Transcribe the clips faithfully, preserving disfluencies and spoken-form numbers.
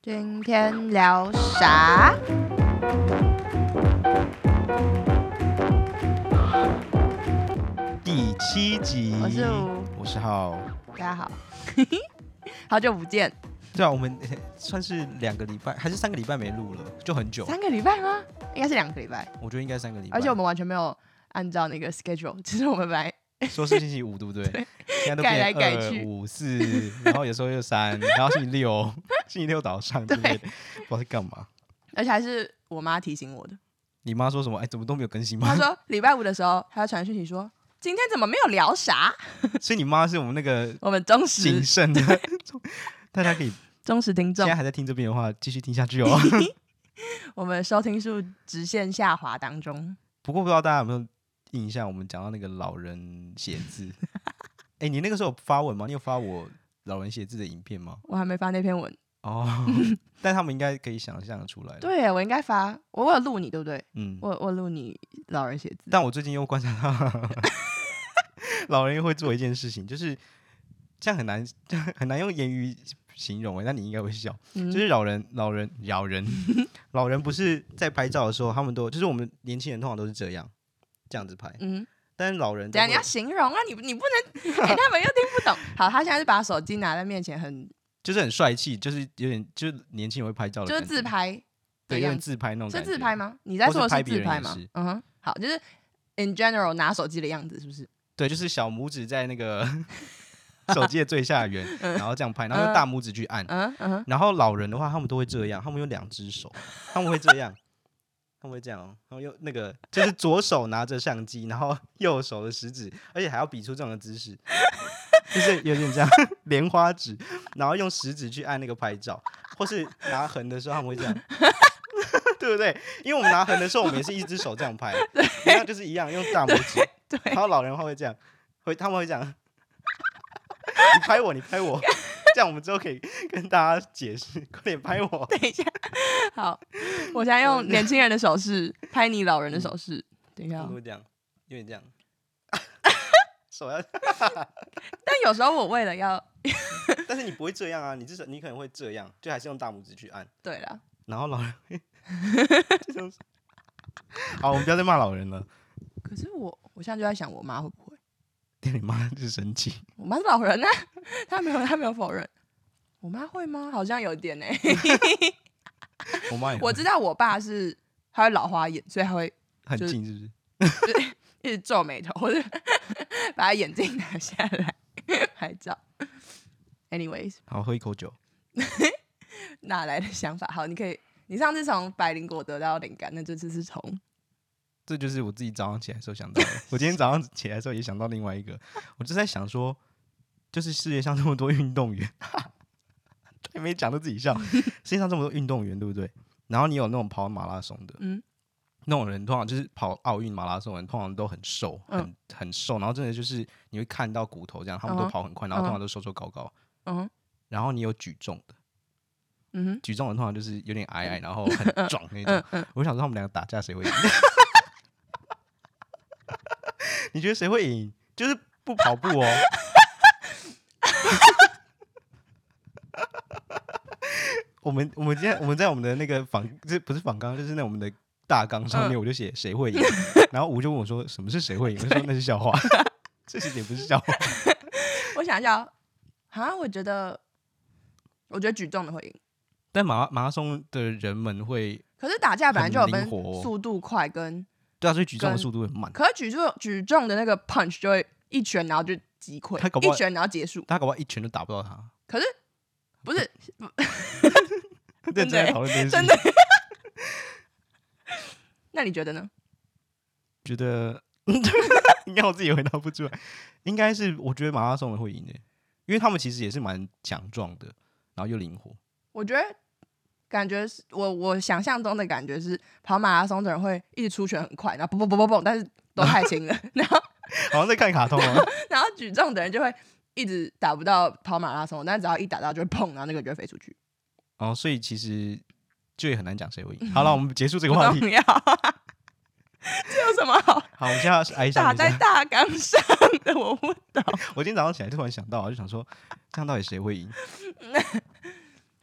今天聊啥？ 第七集， 我是吴， 我是浩， 大家好，好久不见。 对啊，我们算是两个礼拜还是三个礼拜没录了，就很久。 三个礼拜吗？应该是两个礼拜。 我觉得应该三个礼拜。 而且我们完全没有按照那个 schedule， 其实我们本来说是星期五，对不对？ 对， 现在都改来变改去二五四，然后有时候又三，然后星期六，星期六早上之类的，不知道在干嘛。 而且还是我妈提醒我的。 你妈说什么？哎，怎么都没有更新吗？ 她说礼拜五的时候，她传讯息说今天怎么没有聊啥？ 所以你妈是我们那个我们忠实谨慎的，大家可以忠实听众。 现在还在听这边的话，继续听下去哦。 我们收听数直线下滑当中。 不过不知道大家有没有印象，我们讲到那个老人写字，哎、欸，你那个时候有发文吗？你有发我老人写字的影片吗？ 我还没发那篇文哦，但他们应该可以想象出来。 对，我应该发，我有录你，对不对？ 嗯， 我我录你老人写字。 但我最近又观察到，老人又会做一件事情，就是这样很难很难用言语形容哎，但你应该会笑，嗯、就是老人老人咬人，老人不是在拍照的时候，他们都就是我们年轻人通常都是这样这样子拍，嗯，但是老人等一下你要形容啊，你你不能，欸、他们又听不懂。好，他现在是把手机拿在面前很， 就是很帅气，就是有点就是年轻人会拍照的感觉， 就是自拍， 对，有点自拍那种感觉。 是自拍吗？你在说的是自拍吗？嗯哼，好，就是 in general 拿手机的样子，是不是？ 对，就是小拇指在那个手机的最下缘，然后这样拍，然后用大拇指去按。嗯嗯、然后老人的话，他们都会这样，他们用两只手，他们会这样，他们会这样、哦，然后用那个就是左手拿着相机，然后右手的食指，而且还要比出这种的姿势，就是有点这样莲花指，然后用食指去按那个拍照，或是拿横的时候他们会这样。对不对？因为我们拿横的时候，我们也是一只手这样拍，那就是一样用大拇指。 对， 然后老人的话会这样，会他们会这样，你拍我，你拍我，这样我们之后可以跟大家解释。快点拍我！ 等一下，好，我现在用年轻人的手势拍你老人的手势。等一下、哦， 会这样，有点这样，手要。 但有时候我为了要， 但是你不会这样啊，你至少你可能会这样，就还是用大拇指去按。 对啦。 然后老人会好，我们不要再骂老人了。 可是我，我现在就在想，我妈会不会？ 你妈是生气？ 我妈是老人啊，她没有，她没有否认。我妈会吗？好像有点呢、欸。 我妈也会， 我知道我爸是他会老花眼，所以他会、就是、 很近，是不是？ 就一直皱眉头，或者把他眼镜拿下来拍照。Anyways， 好，喝一口酒。 哪来的想法？好，你可以，你上次从百灵果得到灵感，那这次是从， 这就是我自己早上起来的时候想到的。我今天早上起来的时候也想到另外一个，我就在想说，就是世界上这么多运动员，还没讲都自己笑。世界上这么多运动员，对不对？然后你有那种跑马拉松的，嗯，那种人通常就是跑奥运马拉松的人，通常都很瘦，很、嗯、很瘦，然后真的就是你会看到骨头这样，他们都跑很快，然后通常都瘦瘦高高，嗯，然后你有举重的。嗯、举重人通常就是有点矮矮，然后很壮那种。嗯嗯、我想说他们两个打架谁会赢？你觉得谁会赢？就是不跑步哦。我们我们今天我们在我们的那个访，这不是访纲，就是那我们的大纲上面，嗯、我就写谁会赢。然后吴就问我说什么是谁会赢？我就说那是笑话，这其实也不是笑话。 我想一下啊，我觉得我觉得举重的会赢。 但马马拉松的人们会， 可是打架本来就有分速度快跟， 对啊，所以举重的速度会很慢。 可是举重举重的那个 punch 就会一拳然后就击溃，一拳然后结束， 他搞不好一拳都打不到他。 可是不是， 认真讨论这件事， 真的。那你觉得呢？ 觉得应该我自己回答不出来，应该是我觉得马拉松的会赢的，因为他们其实也是蛮强壮的，然后又灵活。 我觉得。感觉是我我想象中的感觉是跑马拉松的人会一直出拳很快，然后嘣嘣嘣嘣嘣，但是都太轻了，然后好像在看卡通哦。 然后举重的人就会一直打不到跑马拉松，但只要一打到就会砰，然后那个就会飞出去。 哦，所以其实就也很难讲谁会赢。好了，我们结束这个话题。 不重要，这有什么好？ 好，我们现在要哀伤一下。 打在大纲上的，我不懂。 我今天早上起来突然想到，我就想说，这样到底谁会赢？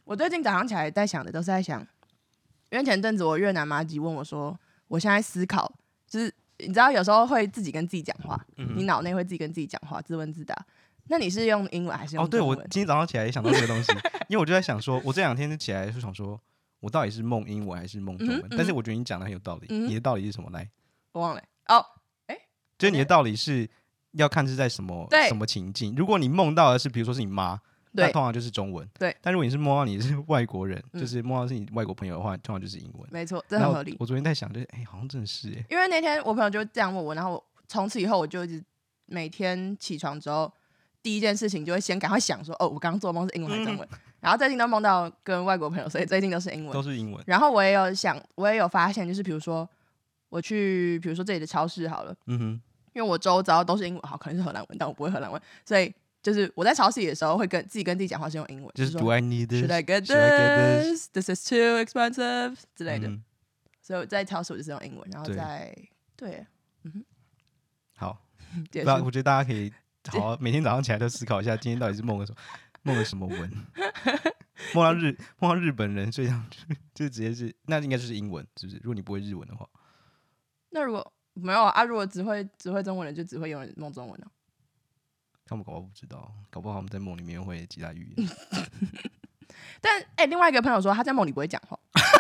我最近早上起来在想的都是在想，因为前阵子我越南妈吉问我说，我现在思考就是你知道有时候会自己跟自己讲话，嗯、你脑内会自己跟自己讲话，自问自答。那你是用英文还是用中文？ 哦，对，我今天早上起来也想到这个东西，因为我就在想说，我这两天起来就想说，我到底是梦英文还是梦中文？嗯嗯、但是我觉得你讲的很有道理，嗯、你的道理是什么？来， 我忘了哦，哎， 就是你的道理是要看是在什么什么情境。如果你梦到的是，比如说是你妈，那通常就是中文。 对， 但如果你是梦到你是外国人，嗯、就是梦到是你外国朋友的话，通常就是英文。 没错，这很合理。 我昨天在想，就是哎、欸，好像真的是哎， 因为那天我朋友就这样问我，然后我从此以后我就一直每天起床之后。第一件事情就会先赶快想说，哦，我刚刚做的梦是英文还是中文？嗯、然后最近都梦到跟外国朋友，所以最近都是英文， 都是英文。 然后我也有想，我也有发现，就是比如说我去，比如说这里的超市好了，嗯哼，因为我周遭都是英文，好，可能是荷兰文，但我不会荷兰文，所以就是我在超市里的时候会跟自己跟自己讲话是用英文， 就是 Do I need this? Should I get this? This is too expensive 之类的。嗯、所以我在超市我就是用英文，然后在 对, 对，嗯哼， 好，那我觉得大家可以。好，每天早上起来都思考一下，今天到底是梦了什么，梦了什么文？梦到日梦到日本人，所以就直接是那应该就是英文，是不是？如果你不会日文的话， 那如果没有啊，如果只会只会中文的，就只会有人梦中文了、啊。 他们搞不好不知道，搞不好他们在梦里面会其他语言。 但哎、欸，另外一个朋友说他在梦里不会讲话。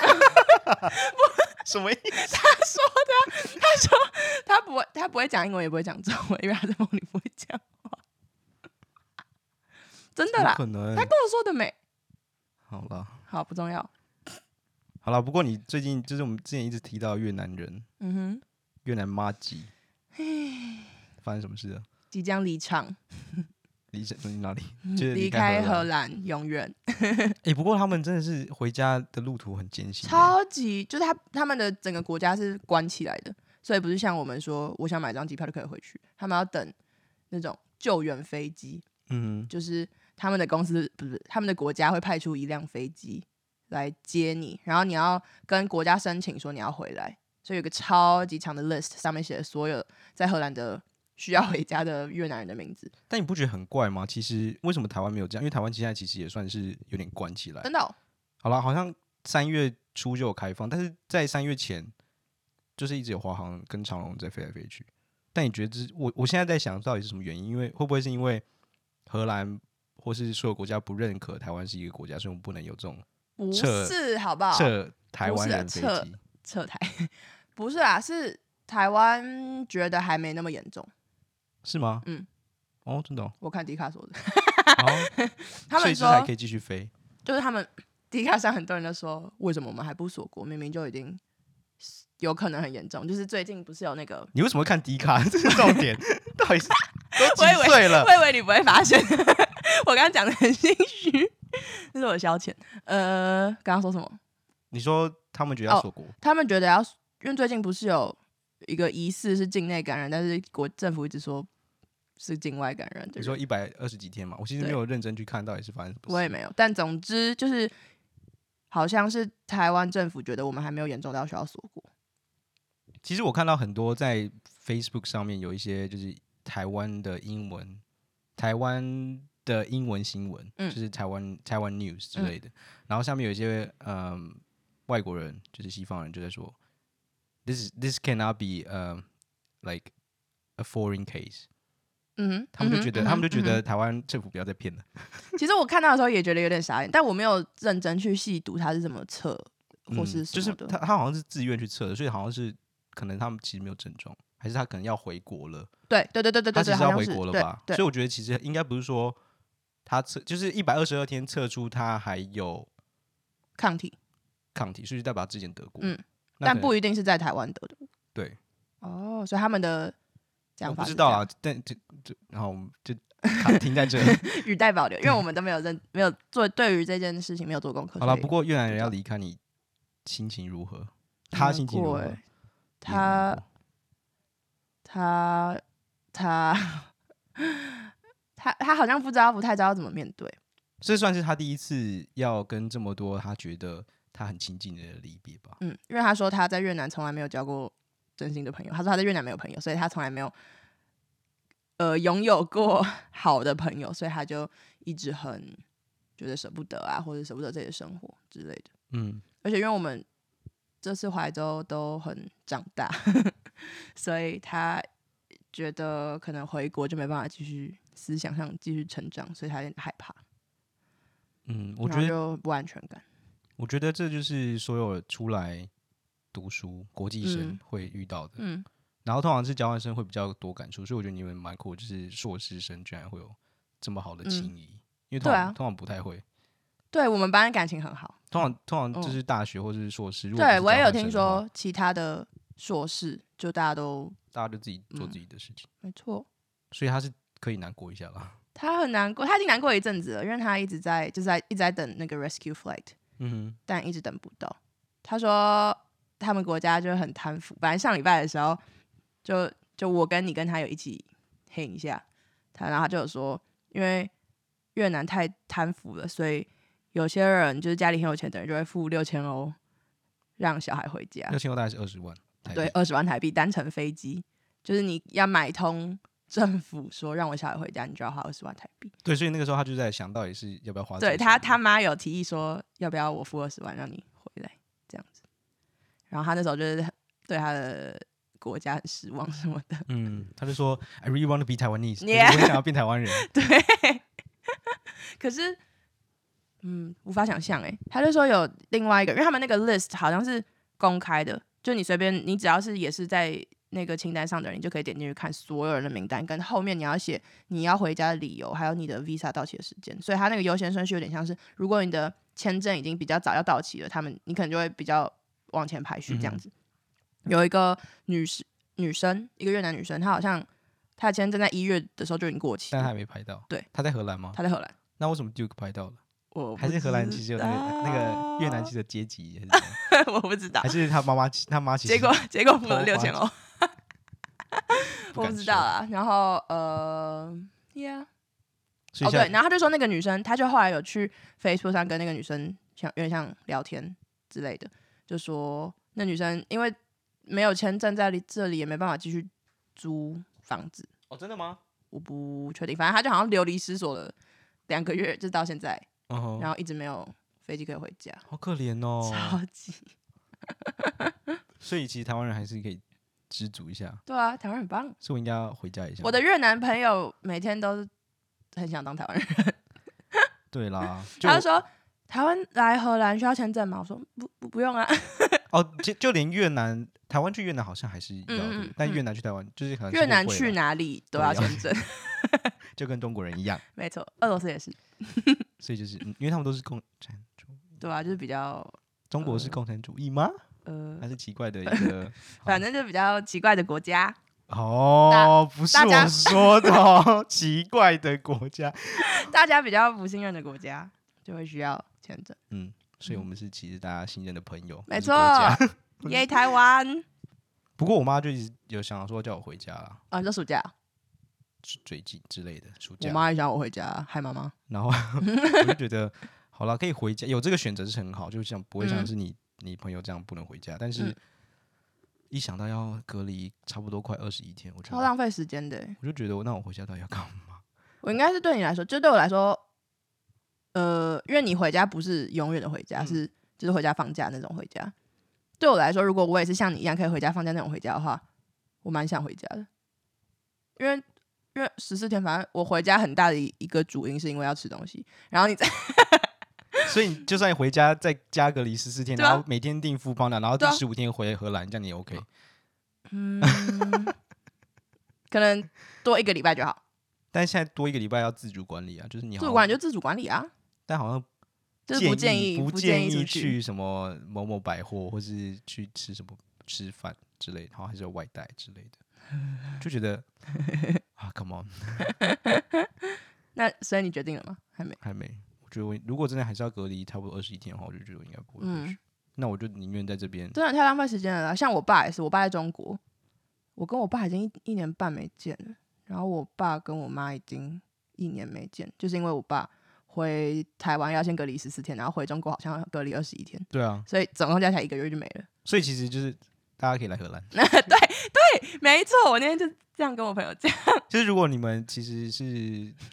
什么意思？ 他说的，他说他不会，他不会讲英文，也不会讲中文，因为他在梦里不会讲话。真的啦， 可能他跟我说的没。 好了， 好不重要。 好了，不过你最近就是我们之前一直提到越南人，嗯哼，越南妈吉，发生什么事了？ 即将离场。 离离哪里？ 离开荷兰，永远。 哎、欸，不过他们真的是回家的路途很艰辛， 超级就是他他们的整个国家是关起来的，所以不是像我们说我想买张机票就可以回去，他们要等那种救援飞机。嗯，就是他们的公司不是他们的国家会派出一辆飞机来接你，然后你要跟国家申请说你要回来，所以有个超级长的 list， 上面写了所有在荷兰的。需要回家的越南人的名字， 但你不觉得很怪吗？其实为什么台湾没有这样？因为台湾现在其实也算是有点关起来。 真的、哦？ 好啦，好像三月初就有开放，但是在三月前就是一直有华航跟长荣在飞来飞去。但你觉得这我我现在在想到底是什么原因？因为会不会是因为荷兰或是所有国家不认可台湾是一个国家，所以我们不能有这种不是好不好？ 撤台湾人飞机撤台不是啦，是台湾觉得还没那么严重。 是吗？嗯，哦，真的、哦， 我看迪卡说的， 哦、 他们说还可以继续飞， 就是他们迪卡上很多人都说，为什么我们还不锁国？明明就已经有可能很严重。就是最近不是有那个， 你为什么会看迪卡？这是重点，到底是都几岁了？ 我以为你不会发现，我刚刚讲的很心虚，这是我的消遣。呃，刚刚说什么？ 你说他们觉得要锁国、哦， 他们觉得要，因为最近不是有一个疑似是境内感染，但是国政府一直说。是境外感染的。 你说一百二十几天嘛？我其实没有认真去看到底是发生什么事。 我也没有，但总之就是好像是台湾政府觉得我们还没有严重到需要锁国。 其实我看到很多在 Facebook 上面有一些就是台湾的英文，台湾的英文新闻，嗯、就是台湾台湾 news 之类的。嗯、然后下面有一些嗯外国人，就是西方人就在说 ，this this cannot be um like a foreign case。嗯，他们就觉得，嗯、他们就觉得台湾政府不要再骗了。 其实我看到的时候也觉得有点傻眼，但我没有认真去细读他是怎么测，或是什么的。 嗯、就是他他好像是自愿去测的，所以好像是可能他们其实没有症状，还是他可能要回国了。 对对对对对对， 他其实要回国了吧？ 所以我觉得其实应该不是说他测，就是一百二十二天测出他还有抗体， 抗体，所以代表他之前得过。 嗯，但不一定是在台湾得的。 对。 哦，所以他们的。 我不知道啊，但就就然后我们就停在这语带保留，因为我们都没有认没有做对于这件事情没有做功课。 好了，不过越南人要离开，你心情如何？他心情如何？ 欸、他他他他他好像不知道，不太知道怎么面对。 这算是他第一次要跟这么多他觉得他很亲近的人离别吧？ 嗯，因为他说他在越南从来没有交过。真心的朋友，他说他在越南没有朋友，所以他从来没有呃拥有过好的朋友，所以他就一直很觉得舍不得啊，或者舍不得自己的生活之类的。 嗯， 而且因为我们这次回来之后都很长大，所以他觉得可能回国就没办法继续思想上继续成长，所以他有点害怕。 嗯，我觉得就不安全感。 我觉得这就是所有出来读书国际生会遇到的。嗯，然后通常是交换生会比较多感触，所以我觉得你们蛮酷，就是硕士生居然会有这么好的情谊，嗯、因为通常、啊、通常不太会。 对我们班感情很好， 通常通常就是大学或是硕士。嗯、 对我也有听说其他的硕士，就大家都大家就自己做自己的事情， 嗯、没错。 所以他是可以难过一下啦。 他很难过，他已经难过一阵子了，因为他一直在就是在一直在等那个 rescue flight， 嗯哼，但一直等不到。他说他们国家就很贪腐，本来上礼拜的时候就就我跟你跟他有一起黑一下，他然后他就有说，因为越南太贪腐了，所以有些人就是家里很有钱的人就会付六千欧让小孩回家。 六千欧大概是二十万台币， 对，二十万台币单程飞机，就是你要买通政府说让我小孩回家，你就要花二十万台币。 对，所以那个时候他就在想到底是要不要花。 对他他妈有提议说要不要我付二十万让你回来这样子，然后他那时候就是对他的国家很失望什么的。 嗯，他就说 I really want to be Taiwanese， yeah. 我也想要变台湾人。 对，可是嗯无法想象哎，他就说有另外一个，因为他们那个 list 好像是公开的，就你随便你只要是也是在那个清单上的人，你就可以点进去看所有人的名单，跟后面你要写你要回家的理由，还有你的 visa 到期的时间。所以他那个优先顺序有点像是，如果你的签证已经比较早要到期了，他们你可能就会比较往前排序这样子。嗯、有一个女女生，一个越南女生，她好像她的签证在一月的时候就已经过期， 但她还没排到。 对， 她在荷兰吗？ 她在荷兰。 那为什么 Duke 排到了？ 我还是荷兰其实有那个那个越南籍的阶级， 我不知道。 还是他妈妈他妈其实结果结果付了六千欧。我不知道啦，然后呃 ，Yeah， 哦对，然后他就说那个女生，他就后来有去 Facebook 上跟那个女生像有点像聊天之类的，就说那女生因为没有签证在这里也没办法继续租房子。 哦，真的吗？ 我不确定，反正他就好像流离失所了两个月，就到现在， uh-huh. 然后一直没有飞机可以回家， 好可怜哦， 超级。 所以其实台湾人还是可以知足一下。 对啊，台湾很棒。 所以我应该要回家一下。 我的越南朋友每天都很想当台湾人。 对啦， 就他就说台湾来荷兰需要签证吗？我说不不不用啊。 哦，就就连越南台湾去越南好像还是要的，嗯嗯、但越南去台湾就是可能越南去哪里都要签证， 就跟中国人一样。 没错，俄罗斯也是。 所以就是、嗯、因为他们都是共产主义。 对啊，就是比较。 中国是共产主义吗？呃，还是奇怪的一个， 反正就比较奇怪的国家。 哦，不是我说的哦，奇怪的国家， 大家比较不信任的国家就会需要签证。 嗯，所以我们是其实大家信任的朋友， 没错。耶，台湾。 不过我妈就一直有想说叫我回家啦。 啊，你说暑假？ 最近之类的暑假。 我妈也想我回家，嗨妈妈。 然后我就觉得。好啦，可以回家，有这个选择是很好，就像不会像是你、嗯、你朋友这样不能回家，但是、嗯、一想到要隔离差不多快二十一天，我觉得超浪费时间的。 我就觉得我那我回家到底要干嘛？ 我应该是对你来说，就对我来说，呃，因为你回家不是永远的回家，嗯、是就是回家放假那种回家。对我来说，如果我也是像你一样可以回家放假那种回家的话，我蛮想回家的，因为。因为十四天，反正我回家很大的一个主因是因为要吃东西，然后你再所以就算你回家再加隔离十四天、啊，然后每天订富邦的，然后第十五天回荷兰，这样你也 OK？ 嗯，可能多一个礼拜就好。 但是现在多一个礼拜要自主管理啊，就是你好自主管理就自主管理啊， 但好像就是不建议不建议去什么某某百货，或是去吃什么吃饭之类的，然后还是有外带之类的。就觉得啊 ，Come on！ 那所以你决定了吗？还没， 还没。我觉得我如果真的还是要隔离差不多二十一天的话，我就觉得我应该不会回去。嗯、那我就宁愿在这边。 真的太浪费时间了啦！像我爸也是，我爸在中国，我跟我爸已经 一, 一年半没见了，然后我爸跟我妈已经一年没见，就是因为我爸回台湾要先隔离十四天，然后回中国好像要隔离二十一天。 对啊， 所以总共加起来一个月就没了。 所以其实就是。大家可以来荷兰。 对对，没错，我那天就这样跟我朋友讲。 就是如果你们其实是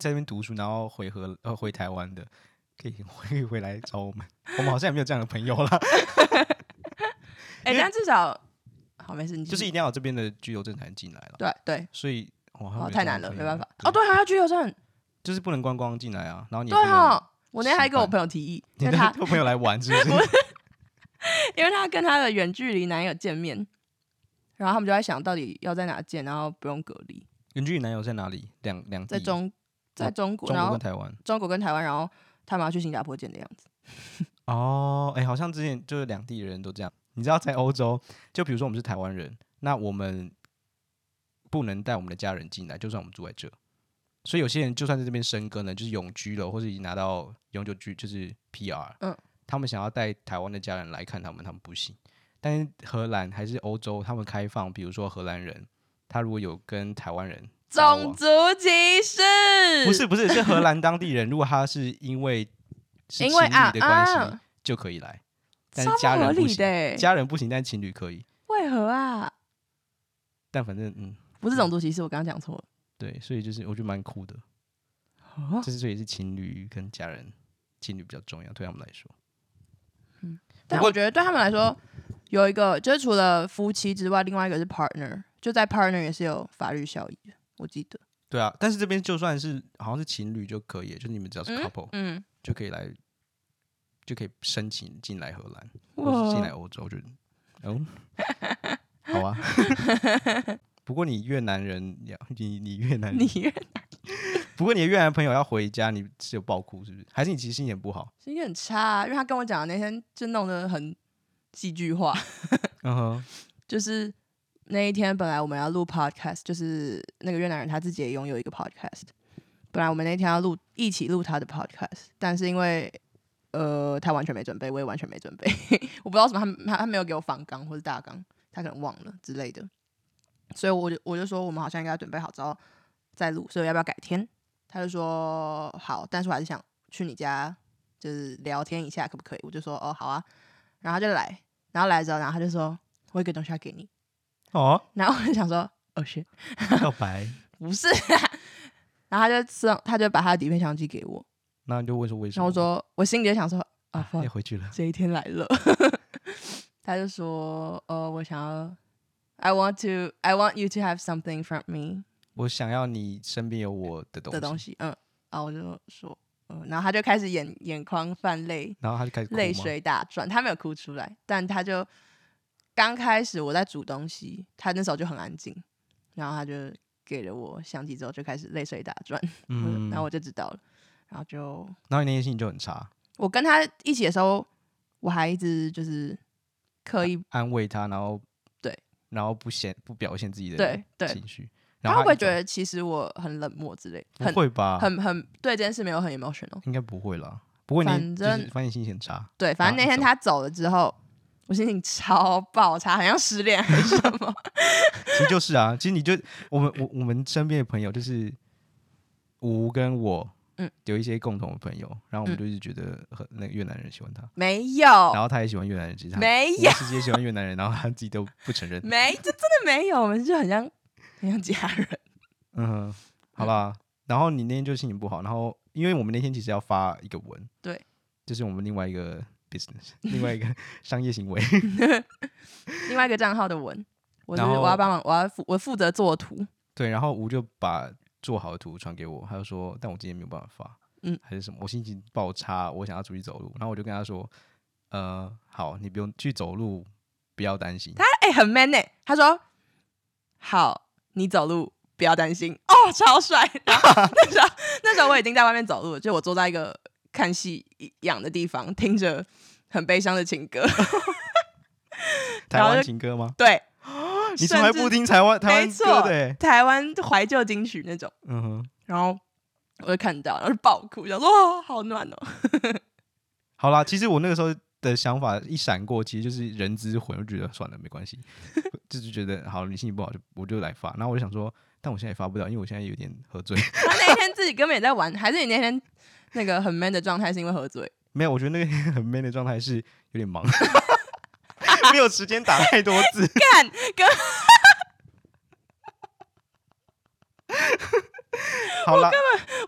在那边读书，然后回河呃回台湾的，可以回回来找我们。我们好像也没有这样的朋友啦。 哎、欸，但至少好没事，你就是一定要有这边的居留证才能进来了。 对对， 所以哇、 哦，太难了，没办法。 哦， 对，还要居留证， 就是不能观光进来啊。然后你对哈，我那天还跟我朋友提议， 因为他跟朋友来玩，是不是？ 不是，因为他跟他的远距离男友见面，然后他们就在想到底要在哪见，然后不用隔离。 远距离男友在哪里？两两地， 在中在中国， 中然后国跟台湾， 中国跟台湾，然后他们要去新加坡见的样子。 哦，哎、欸，好像之前就是两地的人都这样。你知道，在欧洲，就比如说我们是台湾人，那我们不能带我们的家人进来，就算我们住在这。所以有些人就算在这边生根了，就是永居了，或者已经拿到永久居，就是 P R，嗯，他们想要带台湾的家人来看他们，他们不行。但是荷兰还是欧洲，他们开放，比如说荷兰人，他如果有跟台湾人种族歧视， 不是不是是荷兰当地人，如果他是因为是情侣的关系、啊、就可以来，但是家人不行，家人不行，但情侣可以。 为何啊？ 但反正嗯， 不是种族歧视，我刚刚讲错了。 对，所以就是我觉得蛮酷的，哦、这是所以是情侣跟家人，情侣比较重要，对他们来说。 嗯，但我觉得对他们来说，有一个就是除了夫妻之外，另外一个是 partner， 就在 partner 也是有法律效益的，我记得。 对啊，但是这边就算是好像是情侣就可以，就是你们只要是 couple， 嗯，嗯就可以来，就可以申请进来荷兰，或是进来欧洲，就嗯，好啊。不过你越南人，你你越南人， 你越南， 不过你的越南朋友要回家，你是有爆哭是不是？还是你其实心情不好？ 心情很差、啊，因为他跟我讲的那天就弄得很戏剧化。 嗯哼， 就是那一天本来我们要录 podcast， 就是那个越南人他自己也拥有一个 podcast， 本来我们那天要录一起录他的 podcast， 但是因为呃他完全没准备，我也完全没准备，我不知道什么他他没有给我访纲或是大纲，他可能忘了之类的。所以我就我就说我们好像应该准备好之后再录，所以要不要改天？他就说好，但是我还是想去你家，就是聊天一下，可不可以？我就说哦好啊，然后他就来，然后来之后，然后他就说我有一个东西要给你，哦，然后我就想说哦shit， 告白不是、啊，然后他就送，他就把他的底片相机给我， 那你就问说为什么？ 然后我说我心里就想说啊， 要回去了， 这一天来了，他就说呃我想要。I want to, I want you to have something from me. 我想要你身边有我的东西。 的东西，嗯，然后我就说，嗯，然后他就开始眼眼眶泛泪， 然后他就开始泪水打转，他没有哭出来，但他就刚开始我在煮东西，他那时候就很安静，然后他就给了我相机之后就开始泪水打转，嗯，然后我就知道了，然后就， 然后你那天心情就很差。 我跟他一起的时候，我还一直就是刻意安慰他，然后。 对， 然后不显不表现自己的情绪， 他会不会觉得其实我很冷漠之类？ 不会吧？ 很很对这件事没有很 emotional， 应该不会啦。不过你反正、就是、反正心情很差。 对，反正那天他走了之后，我心情超爆差，好像失恋还是什么。 其实就是啊，其实你就我们我我们身边的朋友就是吴跟我。嗯，有一些共同的朋友，然后我们就一直觉得那个越南人喜欢他， 没有， 然后他也喜欢越南人，其实他没有， 世界喜欢越南人，然后他自己都不承认， 没，这真的没有，我们就很像很像家人。 嗯，好啦，然后你那天就心情不好，然后因为我们那天其实要发一个文， 对， 就是我们另外一个 business， 另外一个商业行为， 另外一个账号的文，我是我要帮忙，我要我负责做图， 对，然后吴就把。做好的图传给我，他就说，但我今天没有办法发，嗯，还是什么，我心情爆差，我想要出去走路，然后我就跟他说，呃，好，你不用去走路，不要担心。 他哎、欸、很 man 哎、欸，他说，好，你走路不要担心，哦，超帅。然后那时候那时候我已经在外面走路了，就我坐在一个看戏一样的地方，听着很悲伤的情歌， 台湾情歌吗？ 对。 你从来不听台湾台湾歌的、欸， 台湾怀旧金曲那种。嗯哼，然后我就看到，然后就爆哭，想说哇，好暖哦。 好啦，其实我那个时候的想法一闪过，其实就是人之魂，我就觉得算了，没关系，就是觉得好，你心情不好就我就来发。然后我就想说，但我现在也发不了，因为我现在有点喝醉。 他那一天自己根本也在玩，还是你那天那个很 man 的状态是因为喝醉？ 没有，我觉得那个很 man 的状态是有点忙。没有时间打太多字， 干跟好啦， 我根本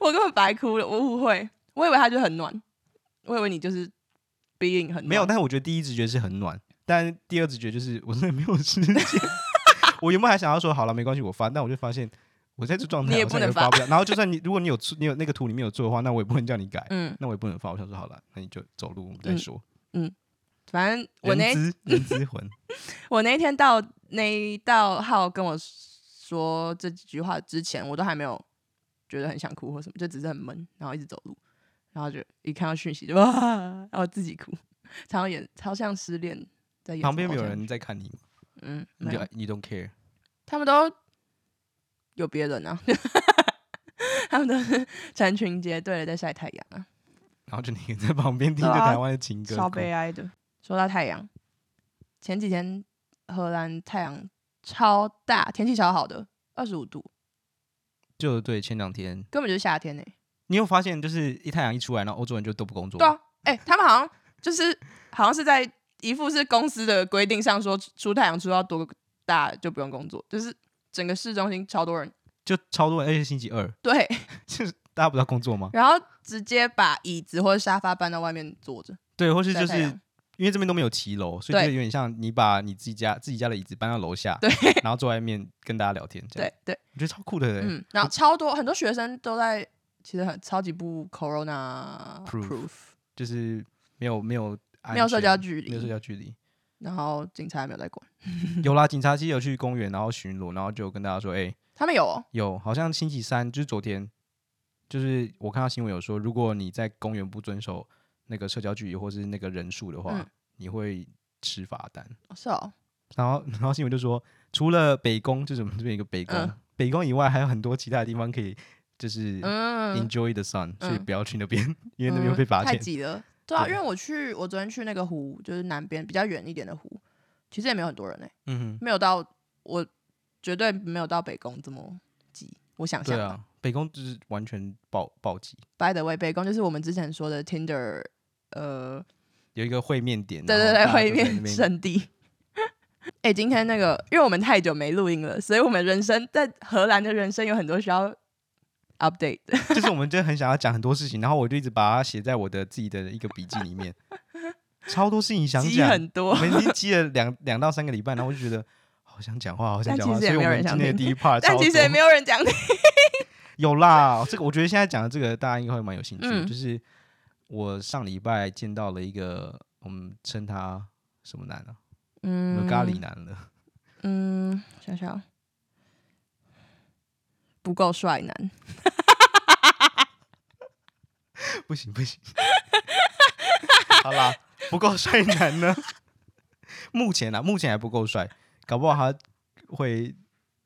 我根本白哭了，我误会，我以为他就很暖，我以为你就是 being 很暖。 没有，但是我觉得第一直觉是很暖，但第二直觉就是我真的没有时间。我原本还想要说好了没关系我发，但我就发现我在这状态你也不能发不了。然后就算你如果你有你有那个图里面有做的话，那我也不能叫你改， 嗯， 那我也不能发。我想说好了，那你就走路我们再说。 嗯，嗯反正我那人资人资魂， 我那一天到那一到号跟我说这几句话之前，我都还没有觉得很想哭或什么，就只是很闷，然后一直走路，然后就一看到讯息就哇，然后自己哭，超演超像失恋在演。 旁边没有人在看你吗？ 嗯， 你就你 don't care， 他们都有别人啊，他们都是成群结队的在晒太阳啊， 然后就你在旁边听着台湾的情歌， 超悲哀的。说到太阳，前几天荷兰太阳超大，天气超好的，二十五度。 就对，前两天根本就是夏天呢、欸。 你有发现，就是一太阳一出来，然后欧洲人就都不工作。 对啊，哎、欸，他们好像就是好像是在一副是公司的规定上说，出太阳出到多大就不用工作，就是整个市中心超多人， 就超多人，而且星期二， 对， 就是大家不是要工作吗？ 然后直接把椅子或者沙发搬到外面坐着， 对，或是就是因为这边都没有骑楼，所以就有点像你把你自己家自己家的椅子搬到楼下， 对， 然后坐外面跟大家聊天，这样对对， 我觉得超酷的、欸， 嗯，然后超多很多学生都在，其实很超级不 corona proof，, proof 就是没有没有没有社交距离， 没有社交距离， 然后警察也没有在管， 有啦，警察其实有去公园然后巡逻，然后就跟大家说，哎、欸， 他们有哦， 有，好像星期三就是昨天，就是我看到新闻有说，如果你在公园不遵守那个社交距离或是那个人数的话、嗯，你会吃罚单。 是哦。 然后，然后新闻就说，除了北宫，就是我们这边有一个北宫、嗯，北宫以外，还有很多其他的地方可以，就是 enjoy the sun，、嗯、所以不要去那边、嗯，因为那边会被罚钱。 太挤了。对啊，因为我去，我昨天去那个湖，就是南边比较远一点的湖，其实也没有很多人哎、欸，嗯哼，没有到，我绝对没有到北宫这么挤。我想象， 对啊，北宫就是完全爆爆挤。 By the way， 北宫就是我们之前说的 Tinder， 呃， 有一个会面点， 对对对，会面圣地。哎、欸，今天那个，因为我们太久没录音了，所以我们人生在荷兰的人生有很多需要 update 的。 就是我们真的很想要讲很多事情，然后我就一直把它写在我的自己的一个笔记里面，超多事情想讲， 很多， 我们已经积了两两到三个礼拜，然后我就觉得好想讲话，好想讲话， 所以我们今天的第一 part， 但其实也没有人讲听。 有啦，这个我觉得现在讲的这个大家应该会蛮有兴趣的、嗯，就是我上礼拜见到了一个，我们称他什么男啊？嗯，咖喱男了。 嗯，想想，不够帅男。 不行不行，好啦，不够帅男呢？目前啊，目前还不够帅，搞不好他会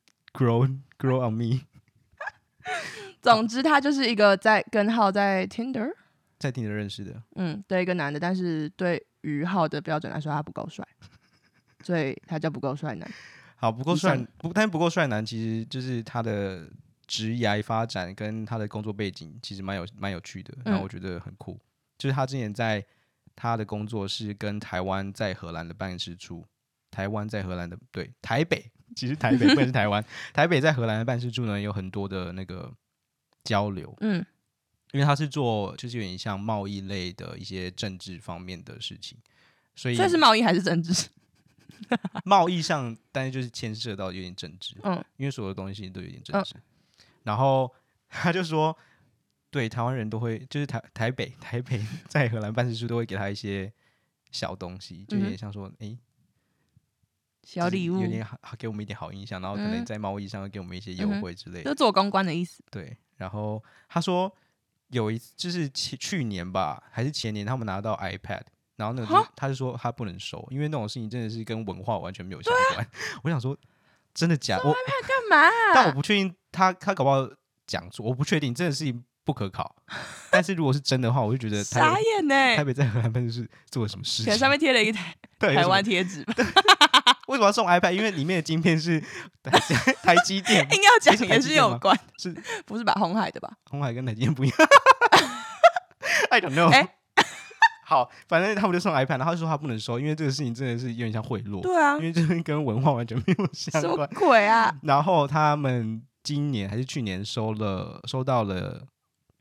grow grow on me。 总之，他就是一个在跟浩在 Tinder 在 Tinder 认识的， 嗯，对一个男的，但是对于浩的标准来说，他不够帅，所以他叫不够帅男。 好，不够帅，不，但是不够帅男其实就是他的职业发展跟他的工作背景其实蛮有蛮有趣的，然后我觉得很酷。嗯、就是他之前在他的工作是跟台湾在荷兰的办事处，台湾在荷兰的对台北，其实台北不是台湾，台北在荷兰的办事处呢有很多的那个交流，嗯，因为他是做就是有点像贸易类的一些政治方面的事情，所以所以是贸易还是政治？ 贸易上，但是就是牵涉到有点政治，嗯，因为所有的东西都有点政治。嗯、然后他就说，对台湾人都会，就是台台北台北在荷兰办事处都会给他一些小东西，就有点像说，哎、嗯， 小礼物， 有点好给我们一点好印象，然后可能在贸易上会给我们一些优惠之类的， 嗯、就做公关的意思。 对，然后他说有一就是去年吧，还是前年，他们拿到 iPad。然后那个就他就说他不能收，因为那种事情真的是跟文化完全没有相关。啊、我想说，真的假的？我干嘛、啊？ 但我不确定他他搞不好讲错，我不确定，这个事情不可考。但是如果是真的话，我就觉得台傻眼呢、欸。 台北在荷兰办事处做了什么事情？ 可能上面贴了一个台台湾贴纸吧。 为什么要送 iPad？ 因为里面的晶片是台, 台积电， 硬要讲也是有关， 是不是吧？鸿海的吧？ 鸿海跟台积电不一样。I don't know、欸。好，反正他们就送 iPad， 然后他就说他不能收，因为这个事情真的是有点像贿赂。 对啊， 因为这跟文化完全没有相关。 什么鬼啊？ 然后他们今年还是去年收了，收到了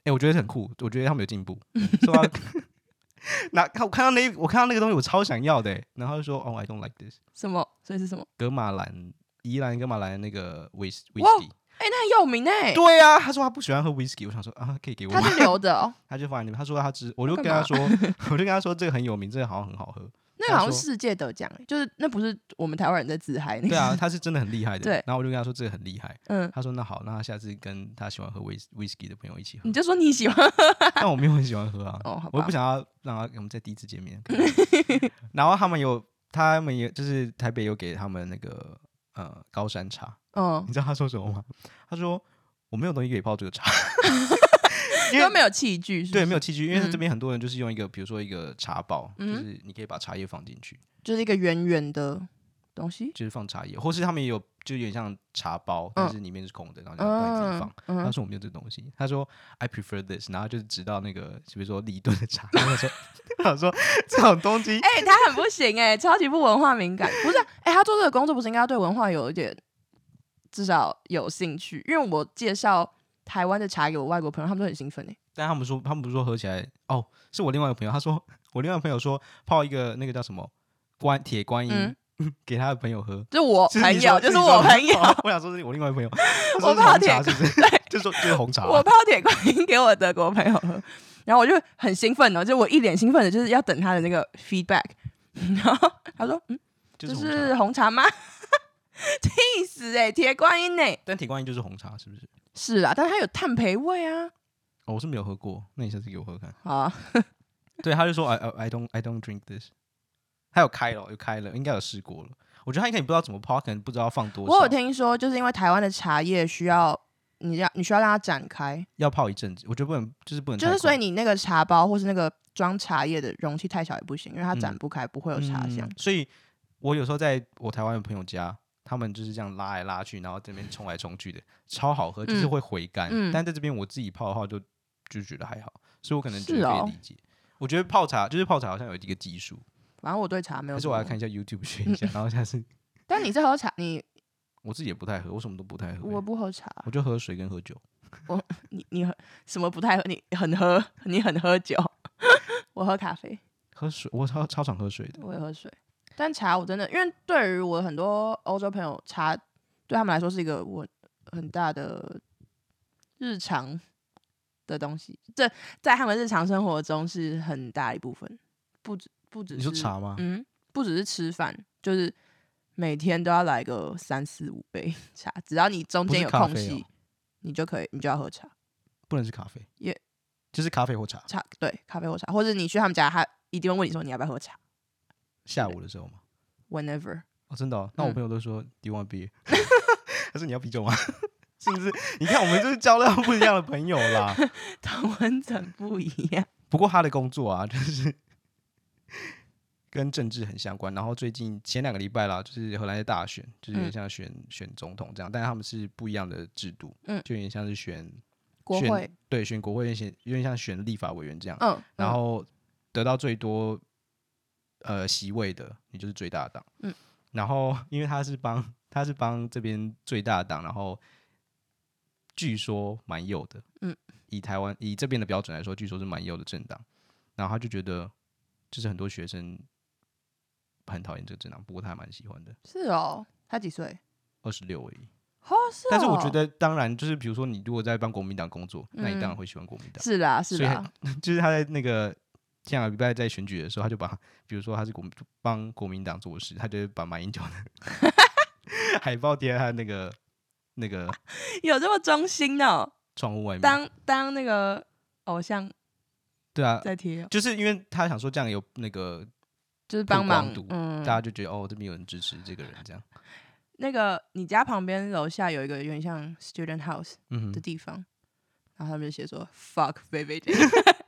欸，我觉得很酷，我觉得他们有进步。说到那我看到那我看到那个东西，我超想要的、欸，然后他就说：“哦、oh, ，I don't like this。” 什么？所以是什么？ 格马兰，宜兰格马兰那个威士威士忌。 哎、欸，那很有名哎、欸。 对啊，他说他不喜欢喝威士忌，我想说啊，可以给我吗。 他是留着哦， 他就放在那边。他说他知，我就跟他说，我就跟他说这个很有名，这个好像很好喝。 那个好像世界得奖，就是那不是我们台湾人在自嗨那个。 对啊，他是真的很厉害的。 对， 然后我就跟他说这个很厉害。 嗯， 他说那好，那他下次跟他喜欢喝威威士忌的朋友一起喝。 你就说你喜欢喝， 但我没有很喜欢喝啊。 哦，好吧， 我不想要让他我们在第一次见面。然后他们有，他们也就是台北有给他们那个呃高山茶。嗯，你知道他说什么吗？他说我没有东西可以泡这个茶。 因为没有器具是不是， 对，没有器具，因为这边很多人就是用一个，比如说一个茶包， 嗯、 就是你可以把茶叶放进去， 就是一个圆圆的东西， 就是放茶叶，或是他们也有，就有点像茶包，但是里面是空的，然后让你自己放。嗯、他说我没有这个东西，他说 I prefer this， 然后就是直到那个，比如说立顿的茶，他说他说这种东西， 哎、欸，他很不行哎、欸，超级不文化敏感，不是、啊？哎、欸，他做这个工作不是应该要对文化有一点至少有兴趣？因为我介绍台湾的茶给我外国朋友，他们都很兴奋哎、欸。 但他们说，他们不是说喝起来哦，是我另外一个朋友，他说我另外一个朋友说泡一个那个叫什么观铁观音、嗯、给他的朋友喝， 就是我朋友，就是我朋友。 我想说是我另外一个朋友， 我泡铁是不是？对，就说就是红茶、啊。 我泡铁观音给我德国朋友喝，然后我就很兴奋哦，就我一脸兴奋的，就是要等他的那个 feedback。然后他说：“嗯，这、就是、是红茶吗？”气死哎、欸！铁观音哎、欸， 但铁观音就是红茶，是不是？ 是啊，但是它有炭焙味啊。 哦，我是没有喝过，那你下次给我喝看。 好啊。 对，他就说 I I don't I don't drink this。他有开了，有开了，应该有试过了。我觉得他应该也不知道怎么泡，可能不知道放多少。 我有听说，就是因为台湾的茶叶需要你要你需要让它展开， 要泡一阵子。我觉得不能，就是不能， 就是所以你那个茶包或是那个装茶叶的容器太小也不行，因为它展不开，嗯、不会有茶香、嗯。 所以我有时候在我台湾的朋友家。他们就是这样拉来拉去，然后这边冲来冲去的，超好喝，就是会回甘。嗯、但在这边我自己泡的话就，就就觉得还好，所以我可能觉得可以理解。哦、我觉得泡茶就是泡茶，好像有一个技术。 反正我对茶没有。 可是我来看一下 YouTube 学一下，嗯、然后下次。 但你是喝茶，你我自己也不太喝，我什么都不太喝。 我不喝茶， 我就喝水跟喝酒。 我你你什么不太喝？你很喝，你很喝酒。我喝咖啡， 喝水，我超超常喝水的。 我也喝水。但茶我真的，因为对于我很多欧洲朋友，茶对他们来说是一个我很大的日常的东西，这在他们日常生活中是很大一部分，不止不只是你说茶吗？ 嗯，不只是吃饭，就是每天都要来个三四五杯茶，只要你中间有空隙，哦、你就可以，你就要喝茶， 不能是咖啡， 也、yeah, 就是咖啡或茶， 茶对，咖啡或茶，或者你去他们家，他一定会问你说你要不要喝茶。 下午的时候吗 ？Whenever。 哦，真的、哦？那我朋友都说、嗯、，Do you want beer？ 他说你要啤酒吗？是不是？你看我们就是交到不一样的朋友啦。 同温层不一样。 不过他的工作啊，就是跟政治很相关。然后最近前两个礼拜啦，就是荷兰的大选，就是有点像选、嗯、选总统这样，但是他们是不一样的制度，嗯，就有点像是选国会， 对，选国会，选有点像选立法委员这样， 嗯， 然后得到最多。呃，席位的你就是最大党，嗯，然后因为他是帮他是帮这边最大党，然后据说蛮右的，嗯，以台湾以这边的标准来说，据说是蛮右的政党，然后他就觉得，就是很多学生很讨厌这个政党，不过他还蛮喜欢的。 是哦，他几岁？ 二十六而已。 哦，是哦。 但是我觉得，当然就是比如说你如果在帮国民党工作，嗯、那你当然会喜欢国民党。 是啦，是啦。 就是他在那个。前两个礼拜在选举的时候，他就把，比如说他是国帮国民党做事，他就把马英九的海报贴在他那个那个有这么忠心哦？ 窗户外面当当那个偶像， 对啊， 在贴、哦， 就是因为他想说这样有那个就是帮忙，嗯， 大家就觉得哦这边有人支持这个人这样。 那个你家旁边楼下有一个有点像 student house 的地方，嗯、然后他们就写说 fuck 菲菲姐。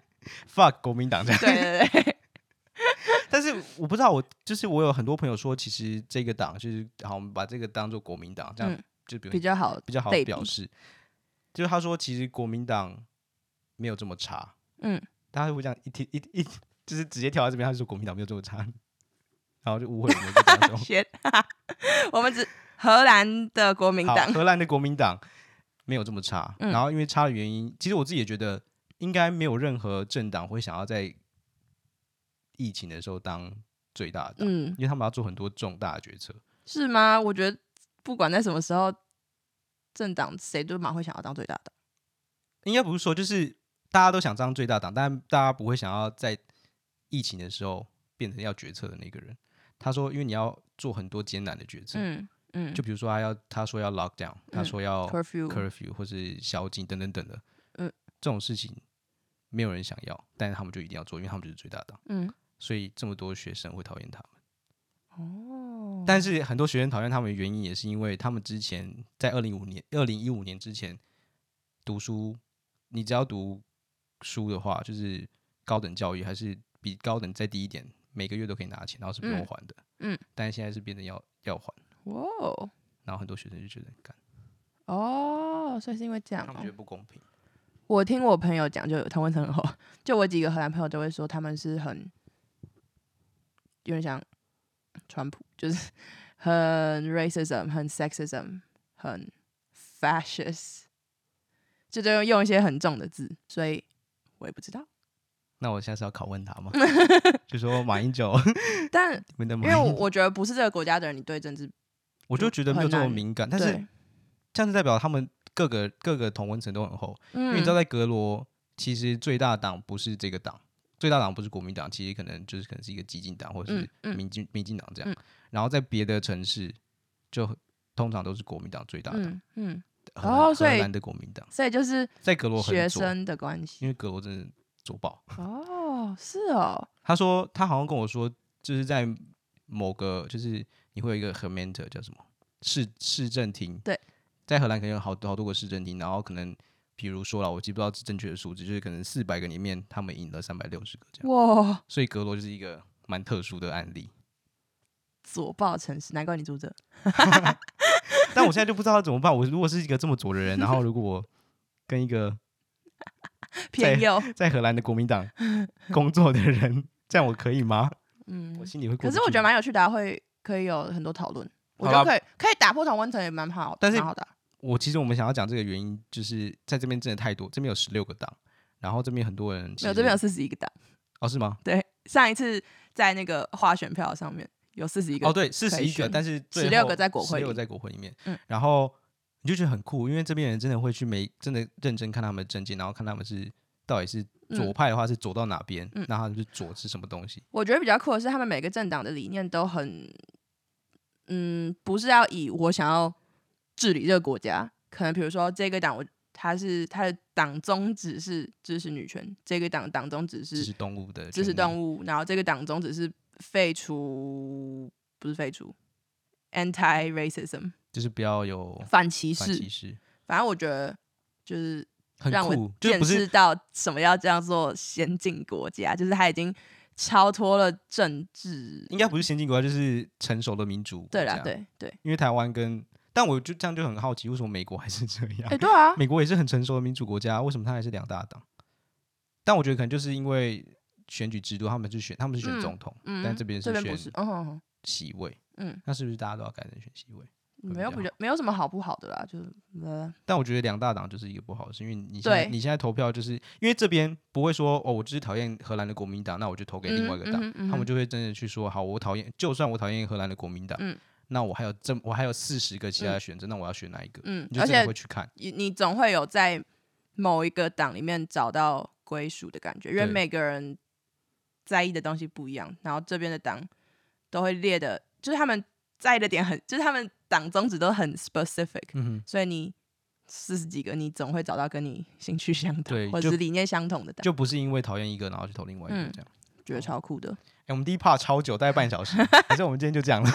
fuck 国民党这样， 对对对。 但是我不知道，我就是我有很多朋友说，其实这个党就是好，我们把这个当做国民党，这样、嗯、就比较好比较好表示。就是他说，其实国民党没有这么差，嗯，大家会这样一一一，就是直接跳到这边，他就说国民党没有这么差，然后就误会我们就这样说。 我们只荷兰的国民党， 荷兰的国民党没有这么差、嗯，然后因为差的原因，其实我自己也觉得。 应该没有任何政党会想要在疫情的时候当最大的党，嗯，因为他们要做很多重大的决策。 是吗？我觉得不管在什么时候，政党谁都蛮会想要当最大党。 应该不是说就是大家都想当最大党，但大家不会想要在疫情的时候变成要决策的那个人。他说，因为你要做很多艰难的决策，嗯嗯，就比如说他要他说要 lock down，、嗯、他说要 curfew curfew 或是宵禁等等等的，嗯，这种事情没有人想要，但是他们就一定要做，因为他们就是最大党，嗯，所以这么多学生会讨厌他们。哦，但是很多学生讨厌他们的原因也是因为他们之前在二零五年、二零一五年之前读书，你只要读书的话，就是高等教育还是比高等再低一点。每个月都可以拿钱，然后是不用还的。嗯，嗯但是现在是变成要要还。哇！然后很多学生就觉得很干。 哦，所以是因为这样、哦， 他们觉得不公平。 我听我朋友讲，就同温层很厚，就我几个荷兰朋友都会说，他们是很有点像川普，就是很 racism、很 sexism、很 fascist， 就就用一些很重的字，所以我也不知道。 那我下次要拷问他吗？就说马英九， 但因为我觉得不是这个国家的人，你对政治， 我就觉得没有这么敏感。但是这样子代表他们各个各个同温层都很厚、嗯，因为你知道在格罗，其实最大党不是这个党，最大党不是国民党，其实可能就是可能是一个激进党或者是民进、嗯嗯、民进党这样。嗯、然后在别的城市，就通常都是国民党最大党。嗯，嗯哦，所以荷兰的国民党， 所以就是在格罗学生的关系， 因为格罗真的。左爆哦，是哦。 他说他好像跟我说，就是在某个就是你会有一个 Gemeente 叫什么市市政厅， 对， 在荷兰可能有好多好多个市政厅，然后可能比如说了，我记不到正确的数字，就是可能四百个里面他们赢了三百六十个这样。哇！所以格罗就是一个蛮特殊的案例。 左爆城市，难怪你住这。 但我现在就不知道怎么办。我如果是一个这么左的人，然后如果我跟一个偏右在, 在荷兰的国民党工作的人，这样我可以吗？嗯，我心里会过不去。 可是我觉得蛮有趣的、啊，会可以有很多讨论。我觉得可以可以打破同温层也蛮好， 但是蛮好的、啊。 我其实我们想要讲这个原因，就是在这边真的太多，这边有十六个党，然后这边很多人没有，这边有四十一个党。 哦，是吗？ 对，上一次在那个划选票上面有四十一个。 哦，对，四十一个，但是十六个在国会， 十六个在国会里面。嗯，然后你就觉得很酷，因为这边人真的会去每真的认真看他们的政见，然后看他们是。到底是左派的话是左到哪边？那、嗯、他们是左是什么东西？ 我觉得比较酷的是，他们每个政党的理念都很，嗯，不是要以我想要治理这个国家。可能比如说这个党，我他是他的党宗旨是支持女权，这个党党宗旨是支持动物的， 支持动物。然后这个党宗旨是废除，不是废除 ，anti racism， 就是不要有反歧视。 反歧视。 反正我觉得就是。 很让我见识到什么要这样做先进国家，就是他已经超脱了政治， 应该不是先进国家，就是成熟的民主国家。 对啦，对对。 因为台湾跟，但我就这样就很好奇，为什么美国还是这样？ 哎、欸，对啊， 美国也是很成熟的民主国家，为什么它还是两大党？但我觉得可能就是因为选举制度，他们是选他们是选总统，嗯嗯、但这边是选席位。嗯，那是不是大家都要改成选席位？ 没有比较没有什么好不好的啦，就是、呃、 但我觉得两大党就是一个不好的事，因为你现在你现在投票，就是因为这边不会说哦，我就是讨厌荷兰的国民党，那我就投给另外一个党、嗯嗯，他们就会真的去说，好，我讨厌，就算我讨厌荷兰的国民党、嗯，那我还有这我还有四十个其他的选择、嗯，那我要选哪一个？嗯，你就真的会去看， 你你总会有在某一个党里面找到归属的感觉，因为每个人在意的东西不一样，然后这边的党都会列的，就是他们在意的点很，就是他们。党宗旨都很 specific、嗯、所以你四十几个，你总会找到跟你兴趣相同或者是理念相同的党， 就不是因为讨厌一个然后去投另外一个这样， 嗯、觉得超酷的。 欸、我们第一 part 超久，大概半小时，还是我们今天就这样了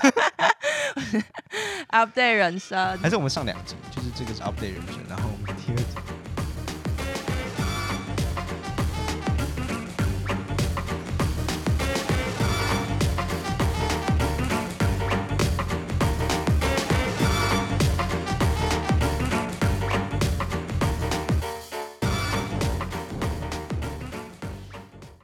？Update 人生， 还是我们上两集，就是这个是 Update 人生，然后我们第二集。